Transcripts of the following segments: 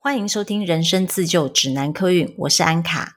欢迎收听人生自救指南客运，我是安卡。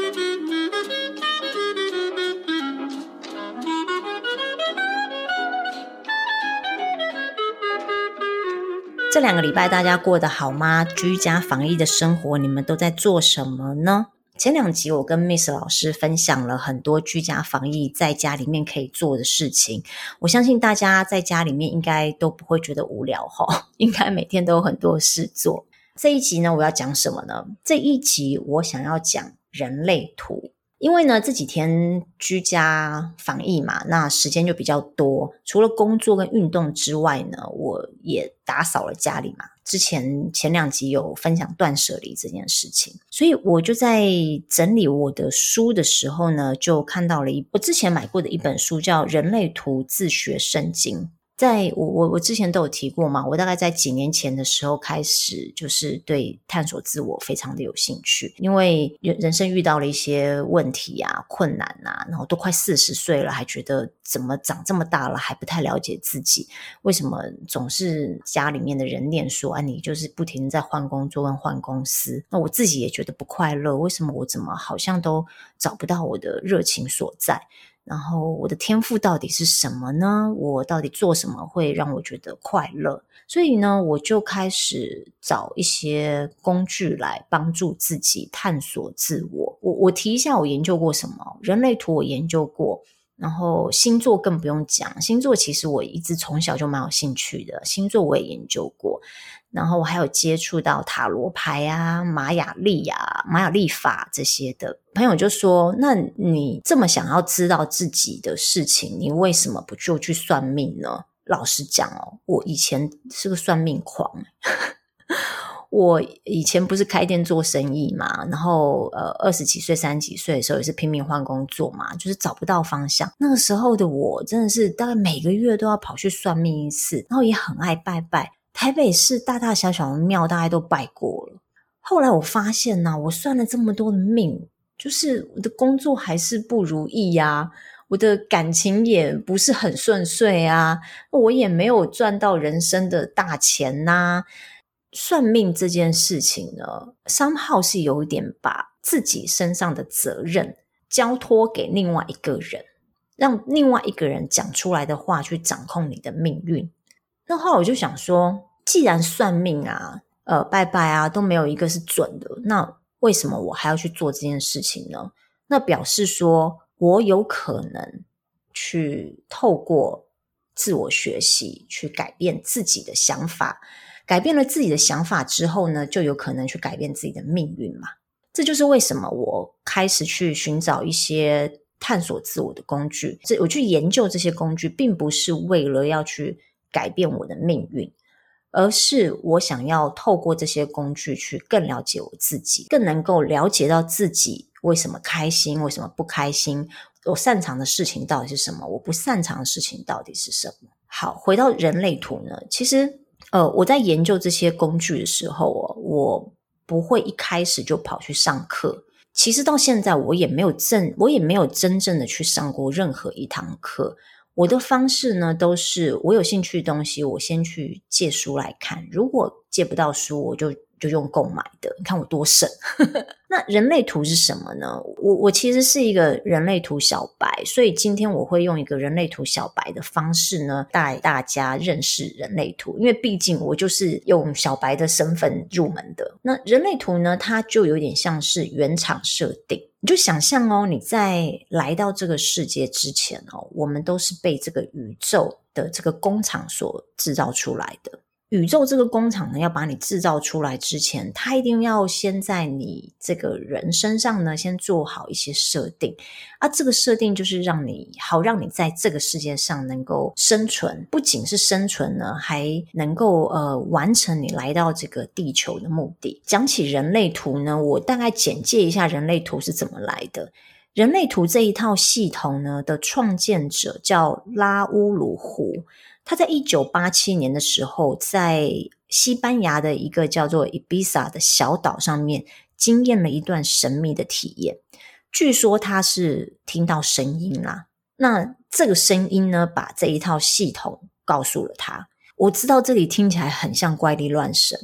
这2个礼拜大家过得好吗？居家防疫的生活你们都在做什么呢？前2集我跟 Miss 老师分享了很多居家防疫在家里面可以做的事情，我相信大家在家里面应该都不会觉得无聊应该每天都有很多事做。这一集呢，我要讲什么呢？这一集我想要讲人类图。因为呢这几天居家防疫嘛，那时间就比较多，除了工作跟运动之外呢，我也打扫了家里嘛。前2集有分享断舍离这件事情，所以我就在整理我的书的时候呢，就看到了我之前买过的一本书，叫《人类图自学圣经》。在我之前都有提过嘛，我大概在几年前的时候开始就是对探索自我非常的有兴趣，因为人生遇到了一些问题啊、困难啊，然后都快40岁了，还觉得怎么长这么大了还不太了解自己，为什么总是家里面的人念说你就是不停在换工作跟换公司，那我自己也觉得不快乐，为什么我怎么好像都找不到我的热情所在，然后我的天赋到底是什么呢？我到底做什么会让我觉得快乐？所以呢，我就开始找一些工具来帮助自己探索自我。我提一下我研究过什么，人类图我研究过，然后星座更不用讲，星座其实我一直从小就蛮有兴趣的，星座我也研究过，然后我还有接触到塔罗牌啊、玛雅历法这些的。朋友就说，那你这么想要知道自己的事情，你为什么不就去算命呢？老实讲我以前是个算命狂我以前不是开店做生意嘛，然后20几岁30几岁的时候也是拼命换工作嘛，就是找不到方向。那个时候的我真的是大概每个月都要跑去算命一次，然后也很爱拜拜，台北市大大小小的庙大概都拜过了。后来我发现我算了这么多的命，就是我的工作还是不如意啊，我的感情也不是很顺遂啊，我也没有赚到人生的大钱啊。算命这件事情呢 somehow 是有一点把自己身上的责任交托给另外一个人，让另外一个人讲出来的话去掌控你的命运。那后来我就想说，既然算命拜拜啊都没有一个是准的，那为什么我还要去做这件事情呢？那表示说我有可能去透过自我学习去改变自己的想法，改变了自己的想法之后呢，就有可能去改变自己的命运嘛。这就是为什么我开始去寻找一些探索自我的工具，我去研究这些工具，并不是为了要去改变我的命运，而是我想要透过这些工具去更了解我自己，更能够了解到自己为什么开心，为什么不开心，我擅长的事情到底是什么，我不擅长的事情到底是什么。好，回到人类图呢，其实我在研究这些工具的时候我不会一开始就跑去上课，其实到现在我也没有真正的去上过任何一堂课。我的方式呢，都是我有兴趣的东西我先去借书来看，如果借不到书我就用购买的，你看我多省那人类图是什么呢？我其实是一个人类图小白，所以今天我会用一个人类图小白的方式呢，带大家认识人类图，因为毕竟我就是用小白的身份入门的。那人类图呢，它就有点像是原厂设定，你就想象你在来到这个世界之前我们都是被这个宇宙的这个工厂所制造出来的。宇宙这个工厂呢，要把你制造出来之前，它一定要先在你这个人身上呢，先做好一些设定这个设定就是让你在这个世界上能够生存，不仅是生存呢，还能够完成你来到这个地球的目的。讲起人类图呢，我大概简介一下人类图是怎么来的。人类图这一套系统呢的创建者叫拉乌鲁胡，他在1987年的时候，在西班牙的一个叫做 Ibiza 的小岛上面经验了一段神秘的体验。据说他是听到声音啦，那这个声音呢，把这一套系统告诉了他。我知道这里听起来很像怪力乱神，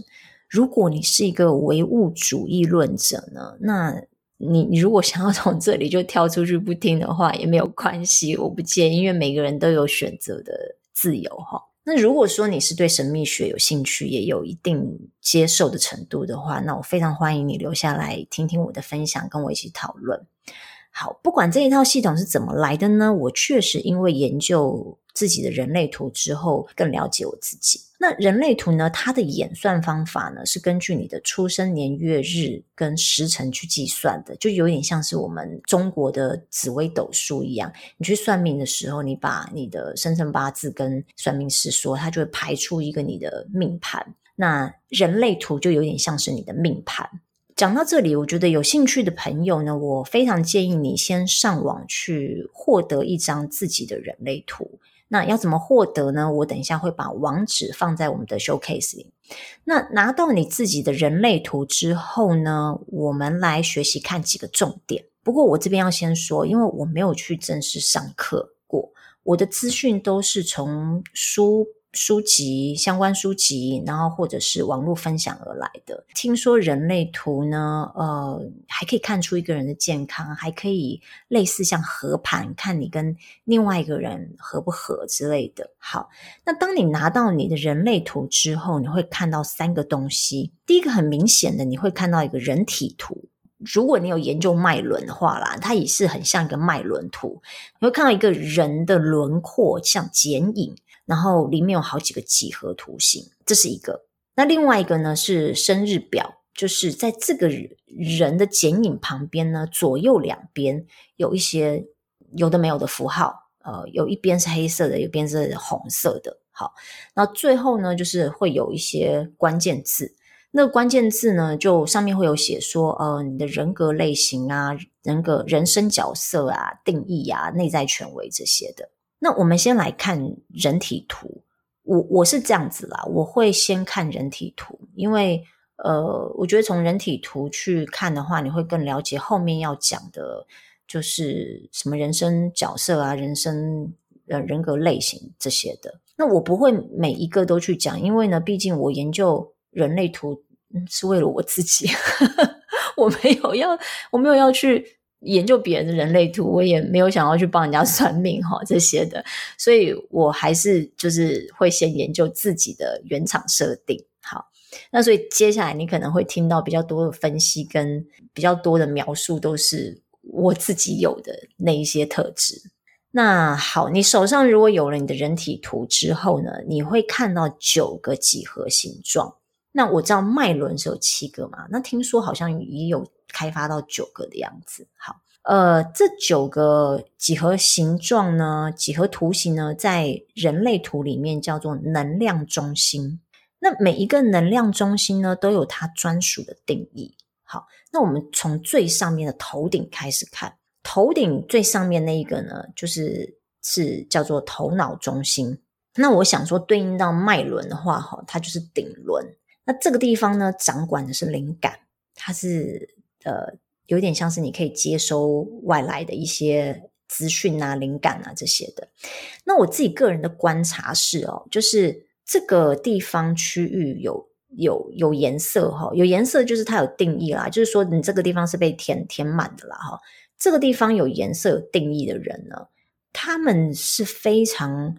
如果你是一个唯物主义论者呢，那你如果想要从这里就跳出去不听的话也没有关系，我不介意，因为每个人都有选择的自由哈。那如果说你是对神秘学有兴趣，也有一定接受的程度的话，那我非常欢迎你留下来听听我的分享，跟我一起讨论。好，不管这一套系统是怎么来的呢，我确实因为研究自己的人类图之后更了解我自己。那人类图呢，它的演算方法呢是根据你的出生年月日跟时辰去计算的，就有点像是我们中国的紫微斗数一样，你去算命的时候，你把你的生辰八字跟算命师说，他就会排出一个你的命盘，那人类图就有点像是你的命盘。讲到这里，我觉得有兴趣的朋友呢，我非常建议你先上网去获得一张自己的人类图。那要怎么获得呢？我等一下会把网址放在我们的 showcase 里。那拿到你自己的人类图之后呢，我们来学习看几个重点。不过我这边要先说，因为我没有去正式上课过，我的资讯都是从书籍相关书籍，然后或者是网络分享而来的。听说人类图呢还可以看出一个人的健康，还可以类似像合盘，看你跟另外一个人合不合之类的。好，那当你拿到你的人类图之后，你会看到3个东西。第一个很明显的，你会看到一个人体图。如果你有研究脉轮的话啦，它也是很像一个脉轮图，你会看到一个人的轮廓像剪影，然后里面有好几个几何图形，这是一个。那另外一个呢是生日表，就是在这个人的剪影旁边呢，左右两边有一些有的没有的符号，有一边是黑色的，有一边是红色的。好，那最后呢就是会有一些关键字，那个关键字呢就上面会有写说你的人格类型啊，人生角色啊，定义啊，内在权威这些的。那我们先来看人体图，我是这样子啦，我会先看人体图，因为我觉得从人体图去看的话，你会更了解后面要讲的就是什么人生角色啊，人格类型这些的。那我不会每一个都去讲，因为呢毕竟我研究人类图是为了我自己我没有要去研究别人的人类图，我也没有想要去帮人家算命这些的，所以我还是就是会先研究自己的原厂设定。好，那所以接下来你可能会听到比较多的分析跟比较多的描述，都是我自己有的那一些特质。那好，你手上如果有了你的人体图之后呢，你会看到9个几何形状。那我知道脉轮是有7个嘛，那听说好像也有开发到9个的样子。好，这9个几何形状呢，几何图形呢，在人类图里面叫做能量中心。那每一个能量中心呢，都有它专属的定义。好，那我们从最上面的头顶开始看，头顶最上面那一个呢，是叫做头脑中心。那我想说对应到脉轮的话，它就是顶轮。那这个地方呢，掌管的是灵感，它是有点像是你可以接收外来的一些资讯啊、灵感啊这些的。那我自己个人的观察是就是这个地方区域有颜色有颜色就是它有定义啦，就是说你这个地方是被填满的啦这个地方有颜色有定义的人呢，他们是非常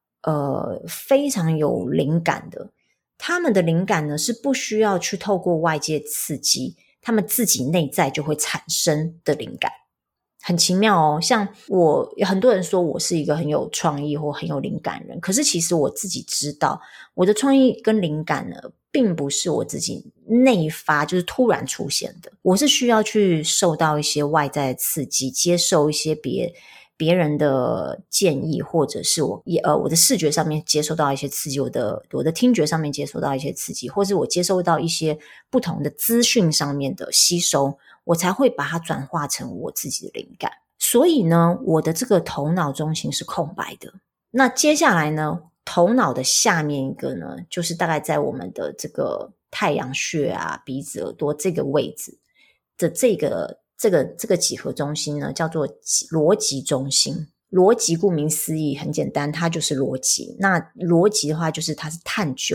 有灵感的。他们的灵感呢是不需要去透过外界刺激，他们自己内在就会产生的灵感，很奇妙像很多人说我是一个很有创意或很有灵感人，可是其实我自己知道我的创意跟灵感呢并不是我自己内发，就是突然出现的，我是需要去受到一些外在的刺激，接受一些别人的建议，或者是我的视觉上面接受到一些刺激，我的听觉上面接受到一些刺激，或是我接受到一些不同的资讯上面的吸收，我才会把它转化成我自己的灵感。所以呢，我的这个头脑中心是空白的。那接下来呢，头脑的下面一个呢，就是大概在我们的这个太阳穴啊、鼻子、耳朵这个位置的这个几何中心呢，叫做逻辑中心。逻辑顾名思义很简单，它就是逻辑。那逻辑的话就是它是探究，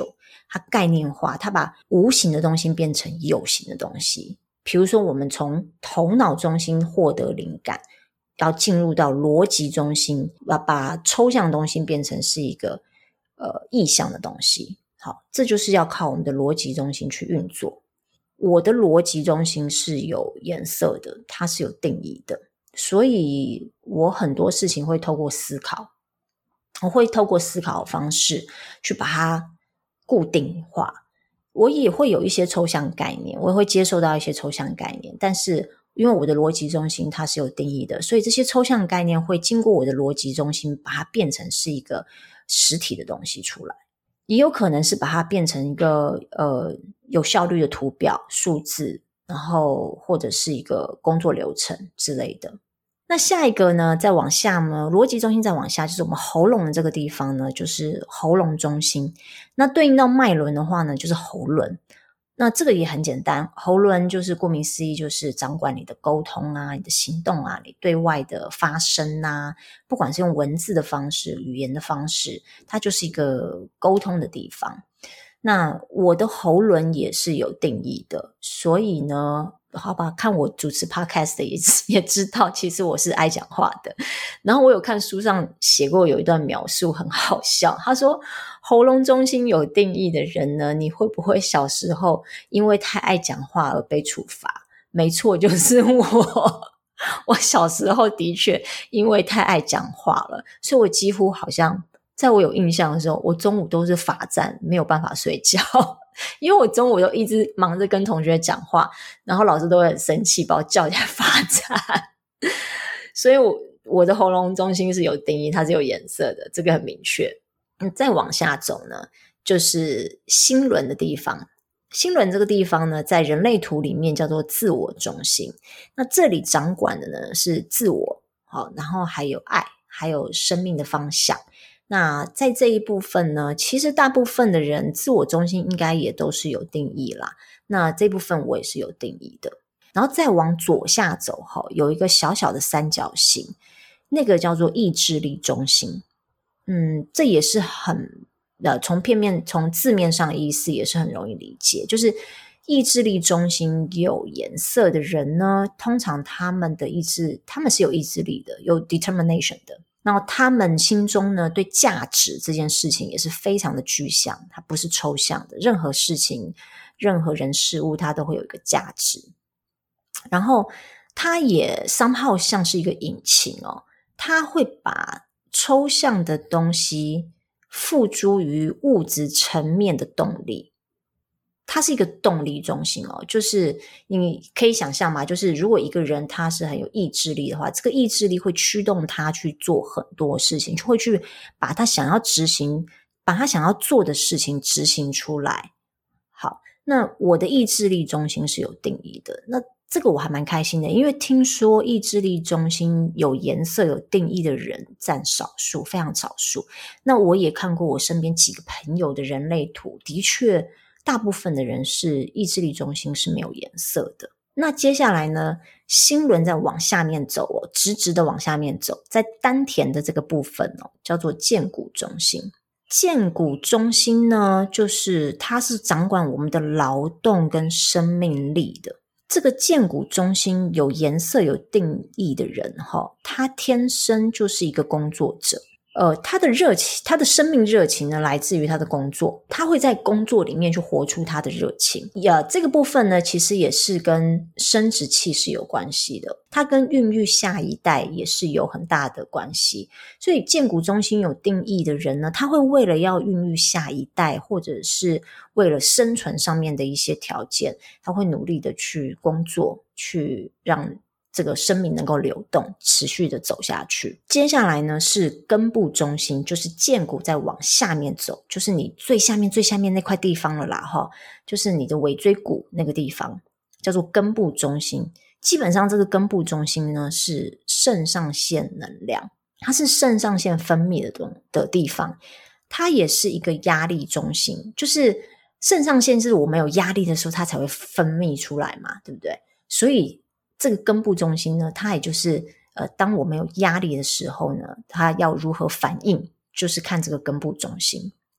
它概念化，它把无形的东西变成有形的东西。比如说我们从头脑中心获得灵感，要进入到逻辑中心，把抽象的东西变成是一个意象的东西。好，这就是要靠我们的逻辑中心去运作。我的逻辑中心是有颜色的，它是有定义的，所以我很多事情会透过思考，我会透过思考的方式去把它固定化。我也会有一些抽象概念，我也会接受到一些抽象概念，但是因为我的逻辑中心它是有定义的，所以这些抽象概念会经过我的逻辑中心把它变成是一个实体的东西出来，也有可能是把它变成一个有效率的图表、数字，然后或者是一个工作流程之类的。那下一个呢，再往下呢，逻辑中心再往下就是我们喉咙的这个地方呢，就是喉咙中心。那对应到脉轮的话呢，就是喉轮。那这个也很简单，喉轮就是顾名思义，就是掌管你的沟通啊，你的行动啊，你对外的发声啊，不管是用文字的方式、语言的方式，它就是一个沟通的地方。那我的喉轮也是有定义的，所以呢，好吧，看我主持 podcast 的也知道，其实我是爱讲话的。然后我有看书上写过有一段描述很好笑，他说喉咙中心有定义的人呢，你会不会小时候因为太爱讲话而被处罚？没错，就是我小时候的确因为太爱讲话了，所以我几乎好像在我有印象的时候，我中午都是罚站，没有办法睡觉，因为我中午都一直忙着跟同学讲话，然后老师都会很生气，把我叫起来罚站。所以我的喉咙中心是有定义，它是有颜色的，这个很明确。再往下走呢，就是心轮的地方。心轮这个地方呢，在人类图里面叫做自我中心。那这里掌管的呢是自我，好，然后还有爱，还有生命的方向。那在这一部分呢，其实大部分的人自我中心应该也都是有定义啦。那这部分我也是有定义的。然后再往左下走，有一个小小的三角形，那个叫做意志力中心。这也是很从字面上的意思也是很容易理解，就是意志力中心有颜色的人呢，通常他们是有意志力的，有 determination 的。然后他们心中呢，对价值这件事情也是非常的具象，它不是抽象的，任何事情任何人事物它都会有一个价值。然后它也 somehow 像是一个引擎哦，它会把抽象的东西付诸于物质层面的动力，它是一个动力中心哦，就是你可以想象嘛，就是如果一个人他是很有意志力的话，这个意志力会驱动他去做很多事情，就会去把他想要做的事情执行出来。好，那我的意志力中心是有定义的，那这个我还蛮开心的，因为听说意志力中心有颜色有定义的人占少数，非常少数。那我也看过我身边几个朋友的人类图，的确大部分的人是意志力中心是没有颜色的。那接下来呢，心轮再往下面走哦，直直的往下面走，在丹田的这个部分哦，叫做剑骨中心。剑骨中心呢，就是它是掌管我们的劳动跟生命力的。这个剑骨中心有颜色有定义的人他天生就是一个工作者。他的热情，他的生命热情呢，来自于他的工作，他会在工作里面去活出他的热情。这个部分呢，其实也是跟生殖器是有关系的，它跟孕育下一代也是有很大的关系。所以剑骨中心有定义的人呢，他会为了要孕育下一代，或者是为了生存上面的一些条件，他会努力的去工作，去让这个生命能够流动，持续的走下去。接下来呢是根部中心，就是剑骨再往下面走，就是你最下面那块地方了啦就是你的尾椎骨那个地方，叫做根部中心。基本上这个根部中心呢是肾上腺能量，它是肾上腺分泌的地方，它也是一个压力中心，就是肾上腺是我们有压力的时候它才会分泌出来嘛，对不对？所以这个根部中心呢，它也就是当我们有压力的时候呢，它要如何反应，就是看这个根部中心。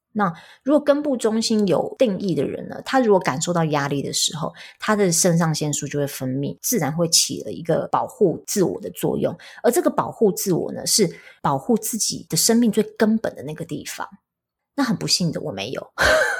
那如果根部中心有定义的人呢，他如果感受到压力的时候，他的肾上腺素就会分泌，自然会起了一个保护自我的作用。而这个保护自我呢，是保护自己的生命最根本的那个地方。那很不幸的，我没有。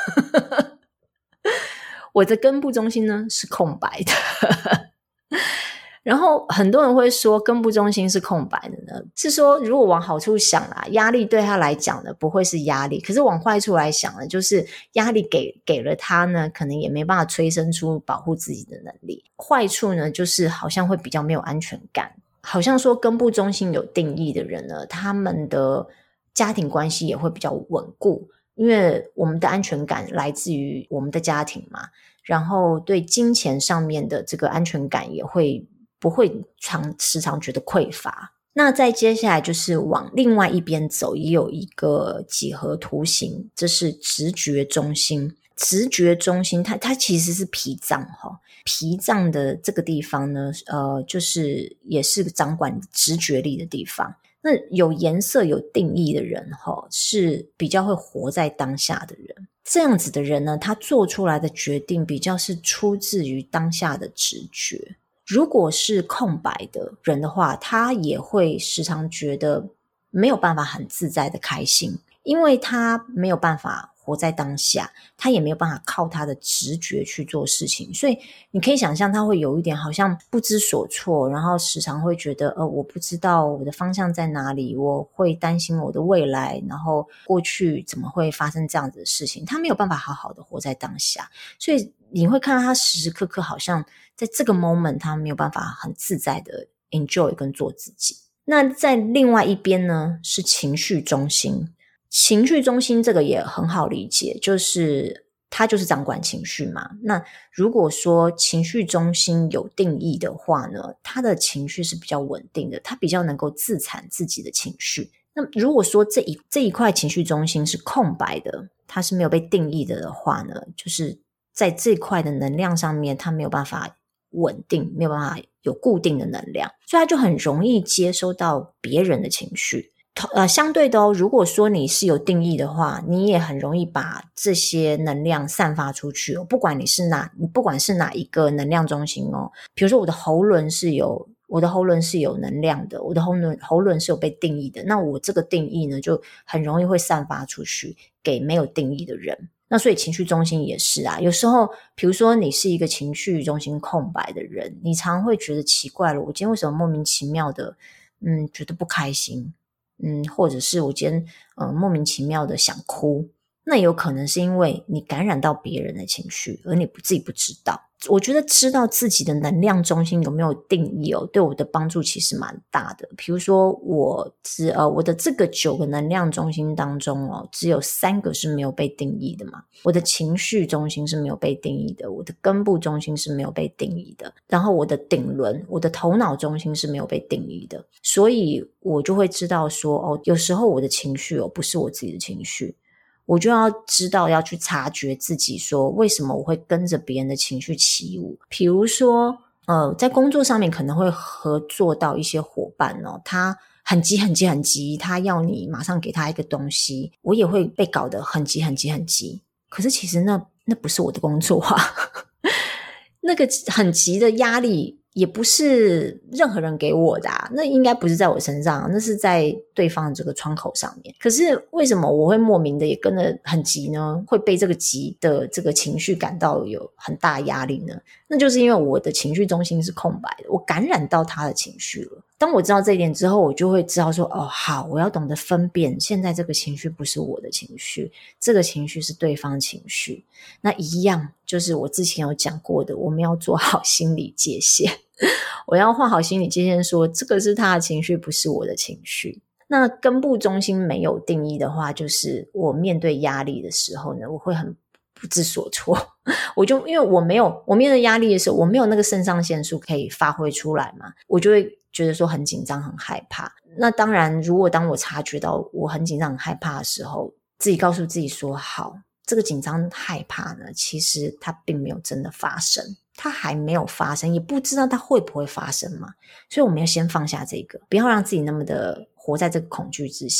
我的根部中心呢是空白的。然后很多人会说根部中心是空白的呢，是说如果往好处想啦，压力对他来讲呢不会是压力，可是往坏处来想呢，就是压力给了他呢，可能也没办法催生出保护自己的能力。坏处呢，就是好像会比较没有安全感，好像说根部中心有定义的人呢，他们的家庭关系也会比较稳固，因为我们的安全感来自于我们的家庭嘛，然后对金钱上面的这个安全感也不会时常觉得匮乏。那再接下来就是往另外一边走，也有一个几何图形，这是直觉中心。直觉中心它其实是脾脏脾脏的这个地方呢，就是也是掌管直觉力的地方。那有颜色有定义的人是比较会活在当下的人。这样子的人呢，他做出来的决定比较是出自于当下的直觉。如果是空白的人的话，他也会时常觉得没有办法很自在的开心，因为他没有办法活在当下，他也没有办法靠他的直觉去做事情，所以你可以想象他会有一点好像不知所措，然后时常会觉得我不知道我的方向在哪里，我会担心我的未来，然后过去怎么会发生这样子的事情，他没有办法好好的活在当下，所以你会看到他时时刻刻好像在这个 moment 他没有办法很自在的 enjoy 跟做自己。那在另外一边呢，是情绪中心。情绪中心这个也很好理解，就是它就是掌管情绪嘛。那如果说情绪中心有定义的话呢，他的情绪是比较稳定的，他比较能够自产自己的情绪。那如果说这一块情绪中心是空白的，它是没有被定义的话呢，就是在这块的能量上面，它没有办法稳定，没有办法有固定的能量，所以它就很容易接收到别人的情绪。相对的如果说你是有定义的话，你也很容易把这些能量散发出去不管是哪一个能量中心比如说我的喉轮是有能量的，我的喉轮是有被定义的，那我这个定义呢就很容易会散发出去给没有定义的人。那所以情绪中心也是啊，有时候比如说你是一个情绪中心空白的人，你常会觉得奇怪了，我今天为什么莫名其妙的觉得不开心，或者是我今天莫名其妙的想哭，那有可能是因为你感染到别人的情绪，而你自己不知道。我觉得知道自己的能量中心有没有定义对我的帮助其实蛮大的。比如说我的这个9个能量中心当中只有3个是没有被定义的嘛。我的情绪中心是没有被定义的，我的根部中心是没有被定义的，然后我的顶轮，我的头脑中心是没有被定义的。所以我就会知道说有时候我的情绪不是我自己的情绪，我就要知道要去察觉自己说为什么我会跟着别人的情绪起舞。比如说在工作上面可能会合作到一些伙伴他很急，他要你马上给他一个东西，我也会被搞得很急，可是其实那不是我的工作啊那个很急的压力也不是任何人给我的那应该不是在我身上，那是在对方的这个窗口上面。可是为什么我会莫名的也跟着很急呢？会被这个急的这个情绪感到有很大压力呢？那就是因为我的情绪中心是空白的，我感染到他的情绪了。当我知道这一点之后，我就会知道说好，我要懂得分辨现在这个情绪不是我的情绪，这个情绪是对方情绪。那一样就是我之前有讲过的，我们要做好心理界限我要画好心理界限说这个是他的情绪，不是我的情绪。那根部中心没有定义的话，就是我面对压力的时候呢，我会很不知所措因为我面对压力的时候，我没有那个肾上腺素可以发挥出来嘛，我就会觉得说很紧张很害怕。那当然如果当我察觉到我很紧张很害怕的时候，自己告诉自己说好，这个紧张害怕呢其实它并没有真的发生，它还没有发生，也不知道它会不会发生嘛，所以我们要先放下这个，不要让自己那么的活在这个恐惧之下。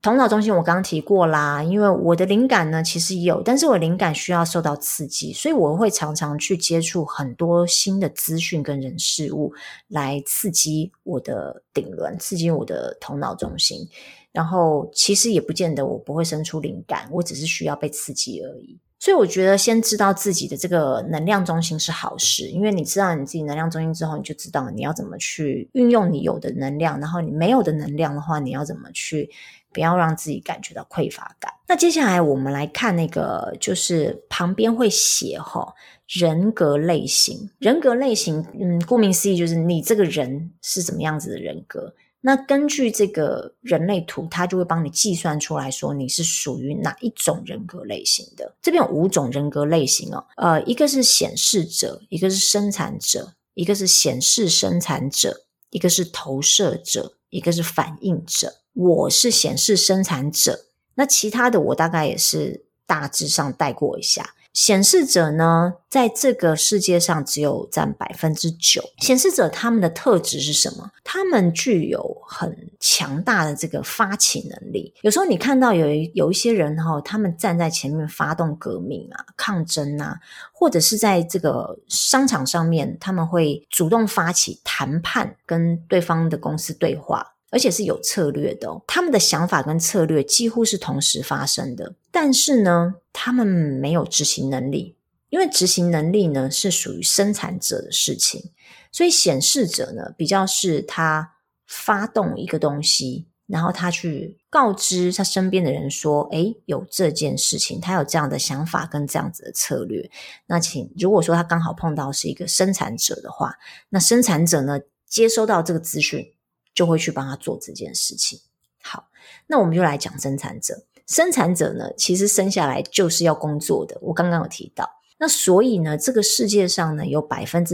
头脑中心我刚刚提过啦，因为我的灵感呢其实有，但是我的灵感需要受到刺激，所以我会常常去接触很多新的资讯跟人事物来刺激我的顶轮，刺激我的头脑中心。然后其实也不见得我不会生出灵感，我只是需要被刺激而已。所以我觉得先知道自己的这个能量中心是好事，因为你知道你自己能量中心之后，你就知道你要怎么去运用你有的能量，然后你没有的能量的话，你要怎么去不要让自己感觉到匮乏感。那接下来我们来看那个就是旁边会写人格类型。人格类型顾名思义就是你这个人是怎么样子的人格。那根据这个人类图，它就会帮你计算出来说你是属于哪一种人格类型的。这边有5种人格类型一个是显示者，一个是生产者，一个是显示生产者，一个是投射者，一个是反应者。我是显示生产者，那其他的我大概也是大致上带过一下。显示者呢，在这个世界上只有占 9%。 显示者他们的特质是什么？他们具有很强大的这个发起能力。有时候你看到有一些人他们站在前面发动革命啊、抗争啊，或者是在这个商场上面，他们会主动发起谈判，跟对方的公司对话，而且是有策略的他们的想法跟策略几乎是同时发生的，但是呢他们没有执行能力，因为执行能力呢是属于生产者的事情。所以显示者呢比较是他发动一个东西，然后他去告知他身边的人说有这件事情，他有这样的想法跟这样子的策略。那如果说他刚好碰到是一个生产者的话，那生产者呢接收到这个资讯就会去帮他做这件事情。好，那我们就来讲生产者。生产者呢其实生下来就是要工作的，我刚刚有提到。那所以呢这个世界上呢有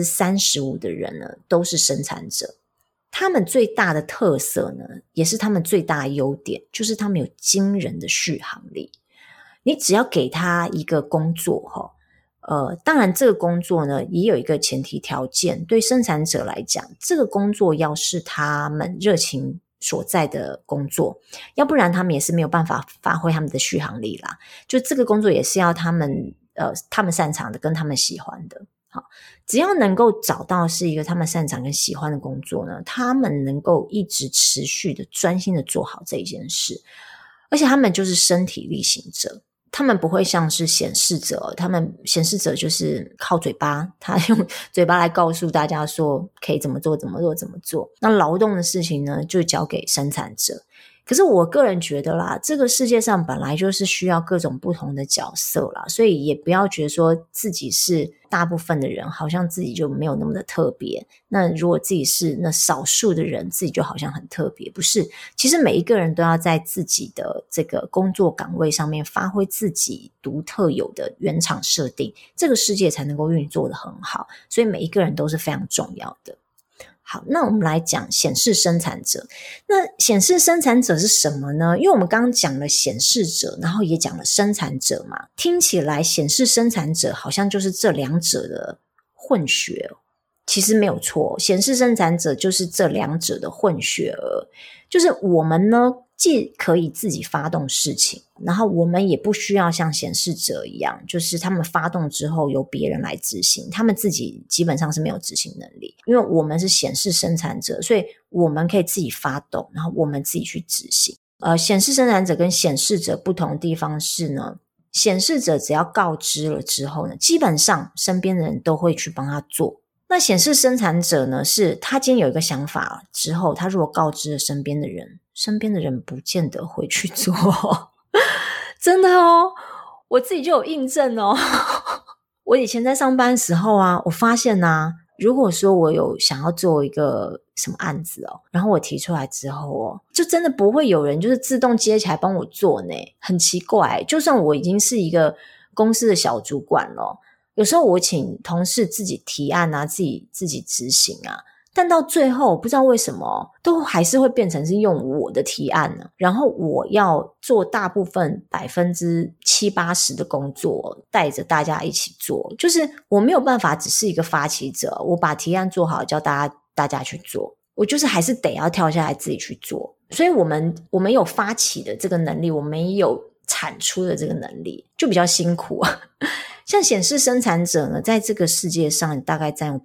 35% 的人呢都是生产者。他们最大的特色呢也是他们最大的优点，就是他们有惊人的续航力。你只要给他一个工作当然这个工作呢也有一个前提条件，对生产者来讲，这个工作要是他们热情所在的工作，要不然他们也是没有办法发挥他们的续航力啦。就这个工作也是要他们擅长的跟他们喜欢的。好，只要能够找到是一个他们擅长跟喜欢的工作呢，他们能够一直持续的专心的做好这一件事，而且他们就是身体力行者。他们不会像是显示者，他们显示者就是靠嘴巴，他用嘴巴来告诉大家说可以怎么做怎么做怎么做。那劳动的事情呢就交给生产者。可是我个人觉得啦，这个世界上本来就是需要各种不同的角色啦，所以也不要觉得说自己是大部分的人，好像自己就没有那么的特别。那如果自己是那少数的人，自己就好像很特别，不是。其实每一个人都要在自己的这个工作岗位上面发挥自己独特有的原厂设定，这个世界才能够运作得很好。所以每一个人都是非常重要的。好，那我们来讲显示生产者。那显示生产者是什么呢？因为我们刚刚讲了显示者，然后也讲了生产者嘛，听起来显示生产者好像就是这两者的混血其实没有错，显示生产者就是这两者的混血儿。就是我们呢既可以自己发动事情，然后我们也不需要像显示者一样，就是他们发动之后由别人来执行，他们自己基本上是没有执行能力。因为我们是显示生产者，所以我们可以自己发动，然后我们自己去执行。显示生产者跟显示者不同的地方是呢，显示者只要告知了之后呢，基本上身边的人都会去帮他做。那显示生产者呢，是他今天有一个想法之后，他如果告知了身边的人，身边的人不见得会去做真的我自己就有印证我以前在上班的时候啊，我发现啊，如果说我有想要做一个什么案子然后我提出来之后就真的不会有人就是自动接起来帮我做呢，很奇怪。就算我已经是一个公司的小主管了，有时候我请同事自己提案啊，自己执行啊，但到最后不知道为什么都还是会变成是用我的提案呢，然后我要做大部分70-80%的工作，带着大家一起做。就是我没有办法只是一个发起者，我把提案做好叫大家去做，我就是还是得要跳下来自己去做。 所以我们有发起的这个能力，我们也有产出的这个能力，就比较辛苦啊。像显示生产者呢，在这个世界上大概占有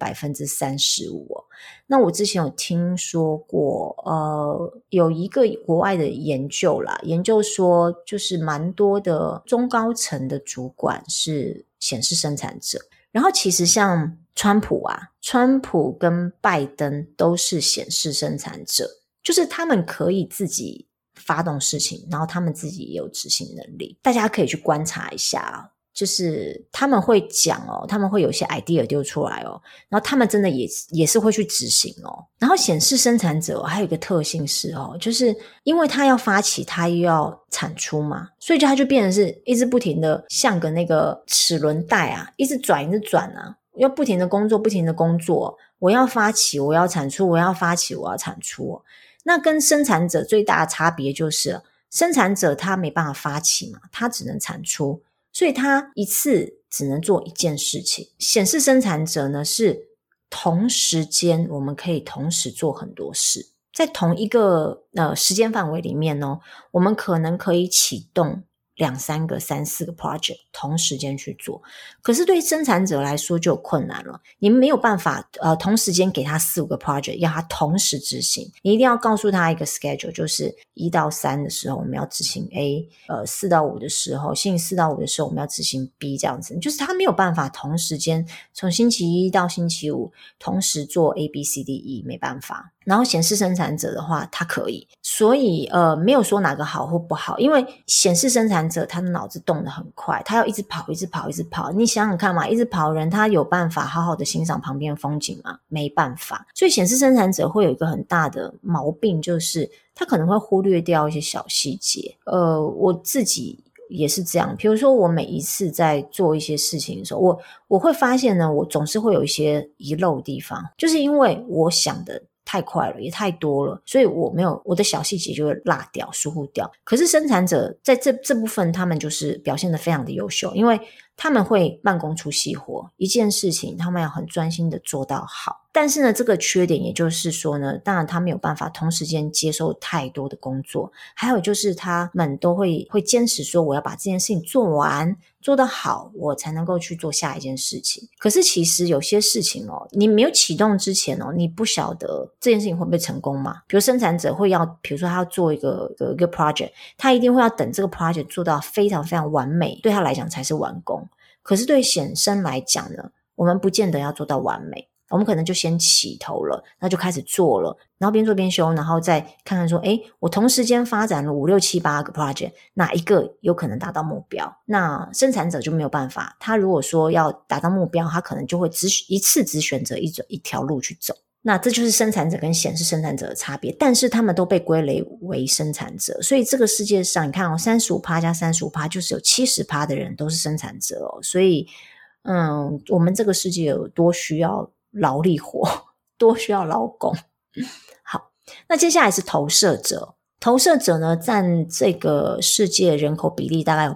35%哦。那我之前有听说过有一个国外的研究啦，研究说就是蛮多的中高层的主管是显示生产者，然后其实像川普跟拜登都是显示生产者，就是他们可以自己发动事情，然后他们自己也有执行能力。大家可以去观察一下啊，就是他们会讲哦，他们会有一些 idea 丢出来哦，然后他们真的也是会去执行哦。然后显示生产者还有一个特性是哦，就是因为他要发起，他又要产出嘛，所以他就变成是一直不停的像个那个齿轮带啊，一直转啊，要不停的工作，我要发起，我要产出，我要发起，我要产出。那跟生产者最大的差别就是生产者他没办法发起嘛，他只能产出，所以他一次只能做一件事情。显示生产者呢，是同时间我们可以同时做很多事，在同一个时间范围里面呢，我们可能可以启动2-3个、3-4个 project 同时间去做。可是对生产者来说就有困难了，你没有办法同时间给他4-5个 project 要他同时执行，你一定要告诉他一个 schedule， 就是1到3的时候我们要执行 A， 4到5的时候，星期4到5的时候我们要执行 B， 这样子，就是他没有办法同时间从星期1到星期5同时做 A、B、C、D、E， 没办法。然后显示生产者的话他可以，所以没有说哪个好或不好，因为显示生产者他的脑子动得很快，他要一直跑，你想想看嘛，一直跑人他有办法好好的欣赏旁边的风景吗？没办法。所以显示生产者会有一个很大的毛病，就是他可能会忽略掉一些小细节。我自己也是这样，比如说我每一次在做一些事情的时候，我会发现呢，我总是会有一些遗漏的地方，就是因为我想的太快了，也太多了，所以我的小细节就会落掉、疏忽掉。可是生产者在这部分他们就是表现得非常的优秀，因为他们会慢工出细活，一件事情他们要很专心的做到好。但是呢，这个缺点也就是说呢，当然他没有办法同时间接受太多的工作，还有就是他们都会坚持说我要把这件事情做完，做得好，我才能够去做下一件事情。可是其实有些事情你没有启动之前你不晓得这件事情会不会成功嘛。比如生产者会要，比如说他要做一个 project， 他一定会要等这个 project 做到非常非常完美，对他来讲才是完工。可是对显生来讲呢，我们不见得要做到完美，我们可能就先起头了，那就开始做了，然后边做边修，然后再看看说我同时间发展了5、6、7、8个 project， 哪一个有可能达到目标。那生产者就没有办法，他如果说要达到目标，他可能就会一次只选择一条路去走。那这就是生产者跟显示生产者的差别，但是他们都被归类为生产者。所以这个世界上你看35%加35%就是有 70% 的人都是生产者所以我们这个世界有多需要劳力活，多需要劳工。好，那接下来是投射者。投射者呢，占这个世界人口比例大概有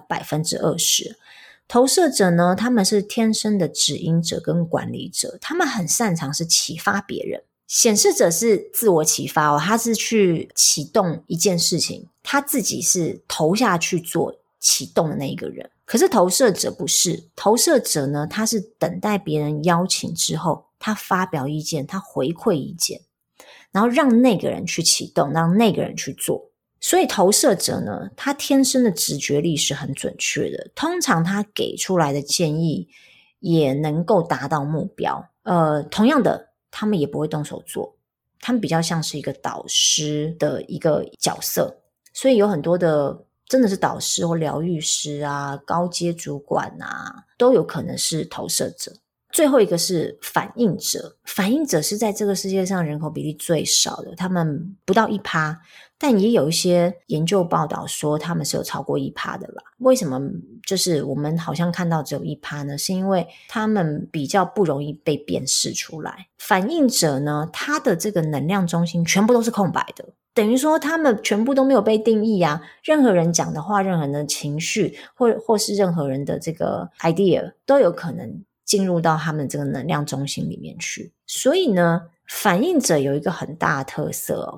20%。投射者呢，他们是天生的指引者跟管理者，他们很擅长是启发别人。显示者是自我启发他是去启动一件事情，他自己是投下去做启动的那一个人。可是投射者不是，投射者呢，他是等待别人邀请之后，他发表意见，他回馈意见，然后让那个人去启动，让那个人去做。所以投射者呢，他天生的直觉力是很准确的，通常他给出来的建议也能够达到目标。同样的，他们也不会动手做，他们比较像是一个导师的一个角色。所以有很多的真的是导师或疗愈师啊，高阶主管啊，都有可能是投射者。最后一个是反应者，反应者是在这个世界上人口比例最少的，他们不到 1%， 但也有一些研究报道说他们是有超过 1% 的啦。为什么就是我们好像看到只有 1% 呢？是因为他们比较不容易被辨识出来。反应者呢，他的这个能量中心全部都是空白的，等于说他们全部都没有被定义啊，任何人讲的话，任何人的情绪或是任何人的这个 idea 都有可能进入到他们这个能量中心里面去。所以呢，反应者有一个很大的特色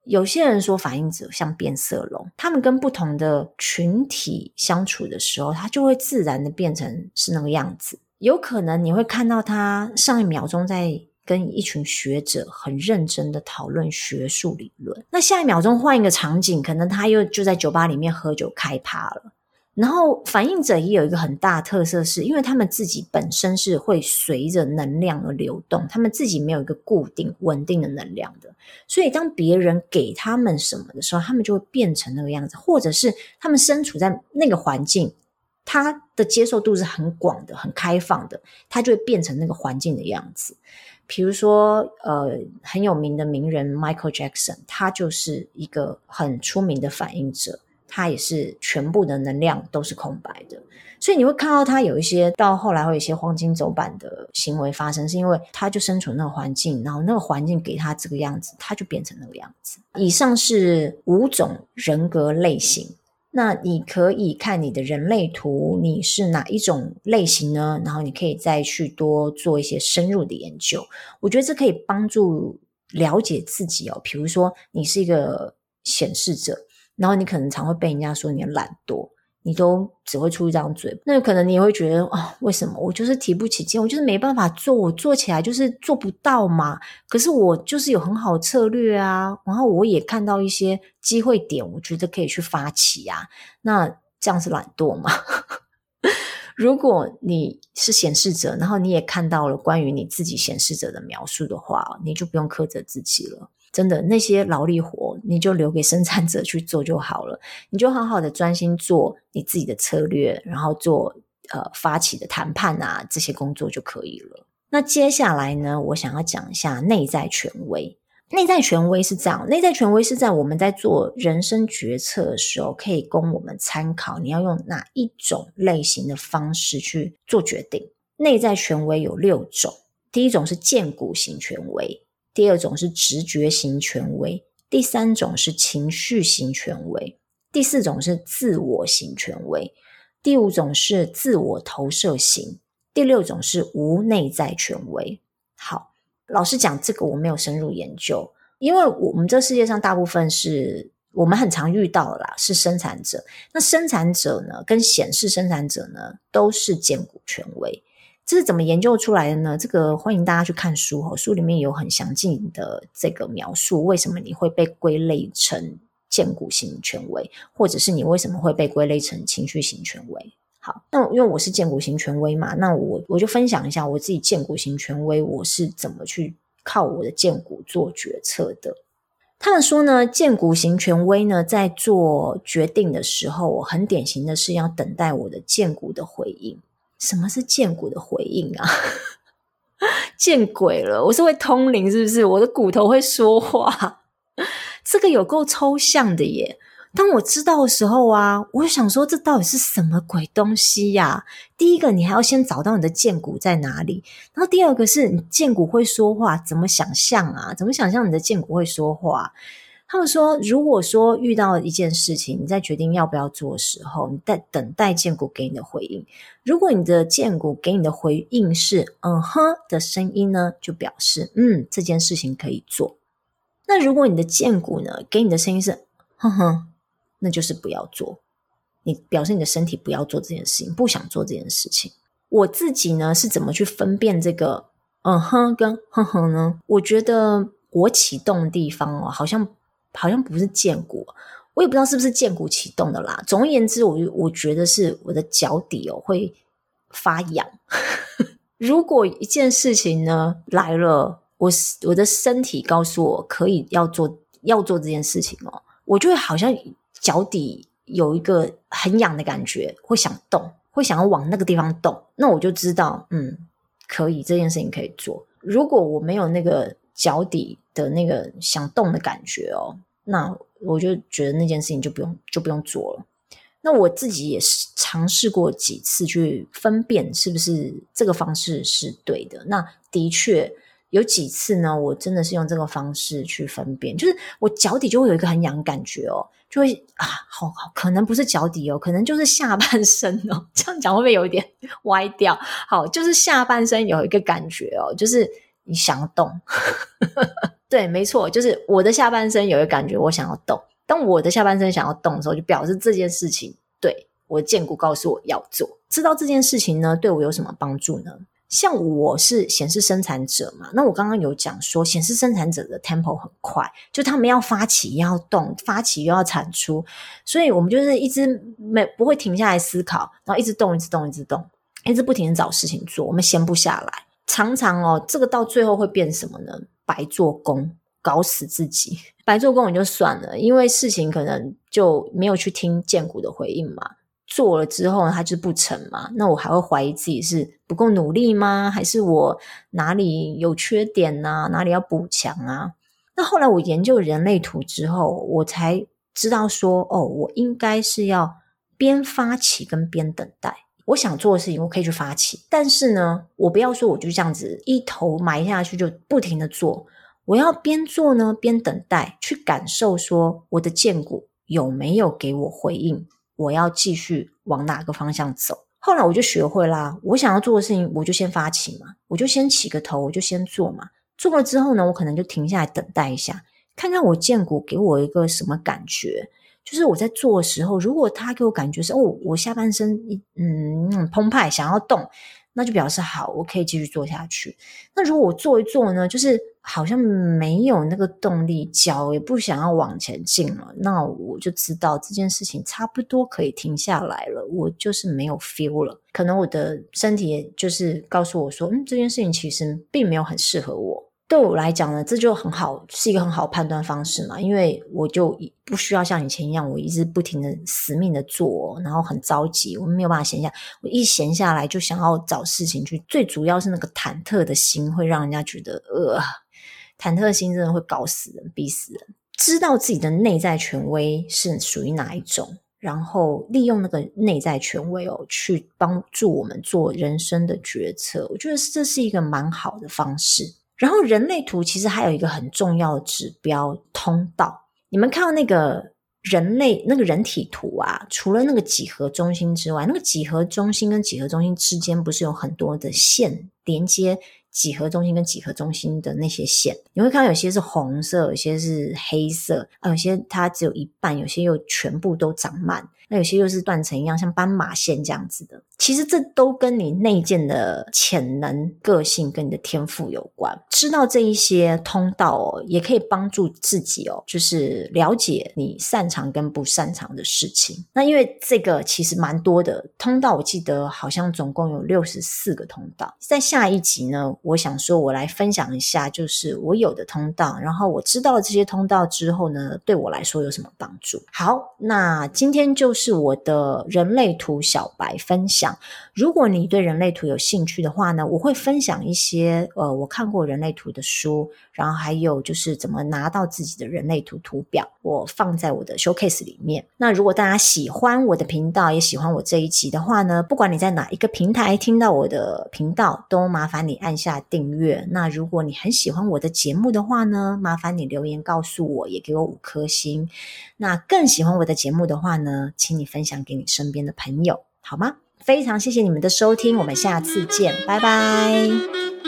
有些人说反应者像变色龙，他们跟不同的群体相处的时候，他就会自然的变成是那个样子。有可能你会看到他上一秒钟在跟一群学者很认真的讨论学术理论，那下一秒钟换一个场景，可能他又就在酒吧里面喝酒开趴了。然后反应者也有一个很大的特色，是因为他们自己本身是会随着能量而流动，他们自己没有一个固定稳定的能量的，所以当别人给他们什么的时候，他们就会变成那个样子，或者是他们身处在那个环境，他的接受度是很广的很开放的，他就会变成那个环境的样子。比如说很有名的名人 Michael Jackson， 他就是一个很出名的反应者，他也是全部的能量都是空白的，所以你会看到他有一些到后来会有一些黄金走板的行为发生，是因为他就身处那个环境，然后那个环境给他这个样子，他就变成那个样子。以上是5种人格类型，那你可以看你的人类图，你是哪一种类型呢？然后你可以再去多做一些深入的研究，我觉得这可以帮助了解自己哦。比如说你是一个显示者，然后你可能常会被人家说你懒惰，你都只会出一张嘴，那可能你也会觉得为什么我就是提不起劲，我就是没办法做，我做起来就是做不到嘛，可是我就是有很好的策略啊，然后我也看到一些机会点，我觉得可以去发起啊，那这样是懒惰吗？如果你是显示者，然后你也看到了关于你自己显示者的描述的话，你就不用苛责自己了，真的那些劳力活你就留给生产者去做就好了，你就好好的专心做你自己的策略，然后做发起的谈判啊，这些工作就可以了。那接下来呢，我想要讲一下内在权威。内在权威是这样，内在权威是在我们在做人生决策的时候，可以供我们参考你要用哪一种类型的方式去做决定。内在权威有6种，第一种是荐股型权威，第二种是直觉型权威，第3种是情绪型权威，第4种是自我型权威，第5种是自我投射型，第6种是无内在权威。好，老实讲这个我没有深入研究，因为我们这世界上大部分是我们很常遇到的啦，是生产者。那生产者呢跟显示生产者呢都是荐股权威，这是怎么研究出来的呢？这个欢迎大家去看书哦，书里面有很详尽的这个描述，为什么你会被归类成荐股型权威，或者是你为什么会被归类成情绪型权威。好，那因为我是荐股型权威嘛，那我就分享一下我自己荐股型权威我是怎么去靠我的荐股做决策的。他们说呢，荐股型权威呢在做决定的时候，很典型的是要等待我的荐股的回应。什么是荐股的回应啊？见鬼了，我是会通灵是不是？我的骨头会说话？这个有够抽象的耶。当我知道的时候啊，我就想说这到底是什么鬼东西呀？第一个你还要先找到你的荐股在哪里，然后第二个是你荐股会说话，怎么想象啊？怎么想象你的荐股会说话？他们说如果说遇到一件事情，你在决定要不要做的时候，你在等待荐股给你的回应，如果你的荐股给你的回应是哼的声音呢，就表示这件事情可以做。那如果你的荐股呢给你的声音是哼哼，那就是不要做，你表示你的身体不要做这件事情，不想做这件事情。我自己呢是怎么去分辨这个哼跟哼哼呢？我觉得我启动的地方好像不是荐股，我也不知道是不是荐股启动的啦。总而言之，我觉得是我的脚底会发痒。如果一件事情呢来了，我的身体告诉我可以要做这件事情我就会好像脚底有一个很痒的感觉，会想动，会想要往那个地方动，那我就知道可以，这件事情可以做。如果我没有那个脚底的那个想动的感觉那我就觉得那件事情就不用做了。那我自己也是尝试过几次去分辨是不是这个方式是对的，那的确有几次呢我真的是用这个方式去分辨，就是我脚底就会有一个很痒的感觉就会好可能不是脚底可能就是下半身这样讲会不会有一点歪掉？好，就是下半身有一个感觉就是你想动对，没错，就是我的下半身有一个感觉我想要动，当我的下半身想要动的时候，就表示这件事情对我的剑骨告诉我要做。知道这件事情呢对我有什么帮助呢？像我是显示生产者嘛，那我刚刚有讲说显示生产者的 tempo 很快，就他们要发起要动，发起又要产出，所以我们就是一直不会停下来思考，然后一直动一直动一直动，一直不停地找事情做，我们闲不下来。常常这个到最后会变什么呢？白做工，搞死自己。白做工也就算了，因为事情可能就没有去听剑骨的回应嘛，做了之后它就不成嘛，那我还会怀疑自己是不够努力吗？还是我哪里有缺点啊？哪里要补强啊？那后来我研究人类图之后，我才知道说我应该是要边发起跟边等待。我想做的事情我可以去发起，但是呢我不要说我就这样子一头埋下去就不停的做，我要边做呢边等待，去感受说我的剑骨有没有给我回应，我要继续往哪个方向走。后来我就学会啦，我想要做的事情我就先发起嘛，我就先起个头，我就先做嘛，做了之后呢我可能就停下来等待一下，看看我剑骨给我一个什么感觉。就是我在做的时候，如果他给我感觉是我下半身澎湃想要动，那就表示好，我可以继续做下去。那如果我做一做呢，就是好像没有那个动力，脚也不想要往前进了，那我就知道这件事情差不多可以停下来了，我就是没有 feel 了，可能我的身体也就是告诉我说这件事情其实并没有很适合我。对我来讲呢，这就很好，是一个很好的判断方式嘛，因为我就不需要像以前一样我一直不停的死命的做，然后很着急，我没有办法闲下，我一闲下来就想要找事情去，最主要是那个忐忑的心会让人家觉得忐忑的心真的会搞死人，逼死人。知道自己的内在权威是属于哪一种，然后利用那个内在权威去帮助我们做人生的决策，我觉得这是一个蛮好的方式。然后人类图其实还有一个很重要的指标，通道。你们看到那个人类那个人体图啊，除了那个几何中心之外，那个几何中心跟几何中心之间不是有很多的线连接几何中心跟几何中心的那些线，你会看到有些是红色，有些是黑色有些它只有一半，有些又全部都长满，那有些又是断成一样像斑马线这样子的。其实这都跟你内建的潜能、个性跟你的天赋有关。知道这一些通道也可以帮助自己就是了解你擅长跟不擅长的事情。那因为这个其实蛮多的通道，我记得好像总共有64个通道。在下一集呢，我想说我来分享一下就是我有的通道，然后我知道了这些通道之后呢，对我来说有什么帮助。好，那今天就是我的人类图小白分享。如果你对人类图有兴趣的话呢，我会分享一些我看过人类图的书，然后还有就是怎么拿到自己的人类图图表，我放在我的 showcase 里面。那如果大家喜欢我的频道，也喜欢我这一集的话呢，不管你在哪一个平台听到我的频道，都麻烦你按下订阅。那如果你很喜欢我的节目的话呢，麻烦你留言告诉我，也给我5颗星。那更喜欢我的节目的话呢，请你分享给你身边的朋友，好吗？非常谢谢你们的收听，我们下次见，拜拜。